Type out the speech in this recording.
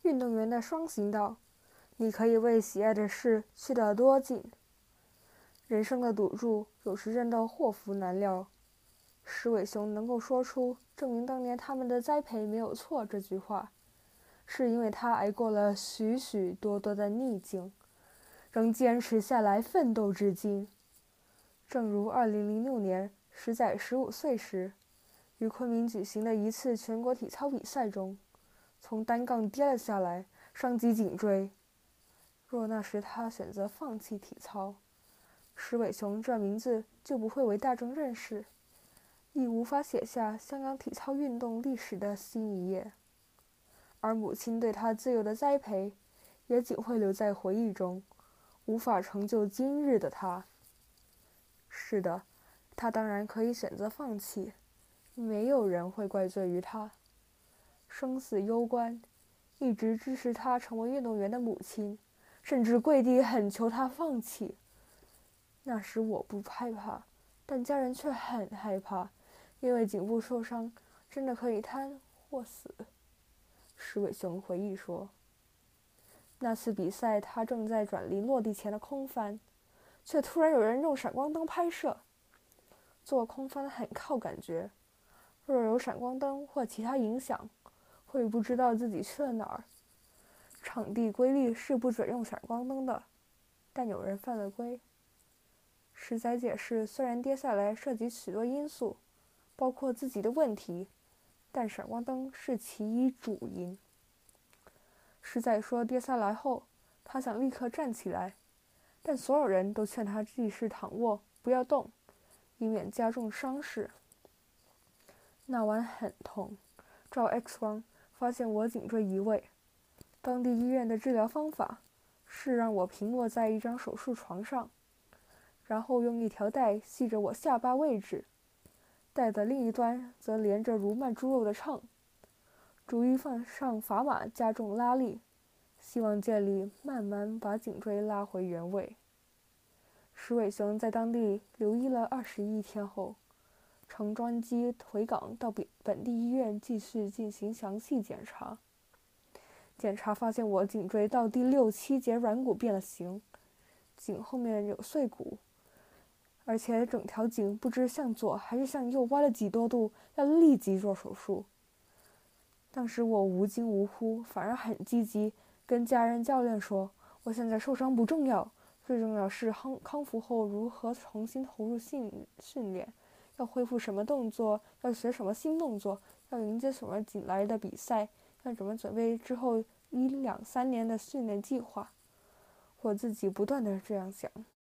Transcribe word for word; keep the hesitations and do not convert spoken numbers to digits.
运动员的双行道，你可以为喜爱的事去得多近。人生的赌注有时真的祸福难料。石尾熊能够说出证明当年他们的栽培没有错这句话，是因为他挨过了许许多多的逆境，仍坚持下来奋斗至今。正如二零零六年石仔十五岁时，于昆明举行的一次全国体操比赛中，从单杠跌了下来，伤及颈椎。若那时他选择放弃体操，石尾熊这名字就不会为大众认识，亦无法写下香港体操运动历史的新一页。而母亲对他自幼的栽培，也仅会留在回忆中，无法成就今日的他。是的，他当然可以选择放弃，没有人会怪罪于他。生死攸关，一直支持他成为运动员的母亲，甚至跪地恳求他放弃。那时我不害怕，但家人却很害怕，因为颈部受伤，真的可以瘫或死。石尾熊回忆说，那次比赛他正在转离落地前的空翻，却突然有人用闪光灯拍摄。做空翻很靠感觉，若有闪光灯或其他影响，会不知道自己去了哪儿。场地规律是不准用闪光灯的，但有人犯了规。石仔解释，虽然跌下来涉及许多因素，包括自己的问题，但闪光灯是其一主因。石仔说，跌下来后，他想立刻站起来，但所有人都劝他继续躺卧，不要动，以免加重伤势。那晚很痛，照 X 光发现我颈椎移位。当地医院的治疗方法是让我平卧在一张手术床上，然后用一条带系着我下巴位置，带的另一端则连着如曼猪肉的秤，逐一放上砝码加重拉力，希望借力慢慢把颈椎拉回原位。石尾熊在当地留医了二十一天后，乘专机回港到本地医院继续进行详细检查。检查发现我颈椎到第六七节软骨变了形，颈后面有碎骨，而且整条颈不知向左还是向右歪了几多度，要立即做手术。当时我无惊无呼，反而很积极，跟家人教练说，我现在受伤不重要，最重要是康康复后如何重新投入训训练，要恢复什么动作，要学什么新动作，要迎接什么紧来的比赛，要怎么准备之后一两三年的训练计划。我自己不断的这样想，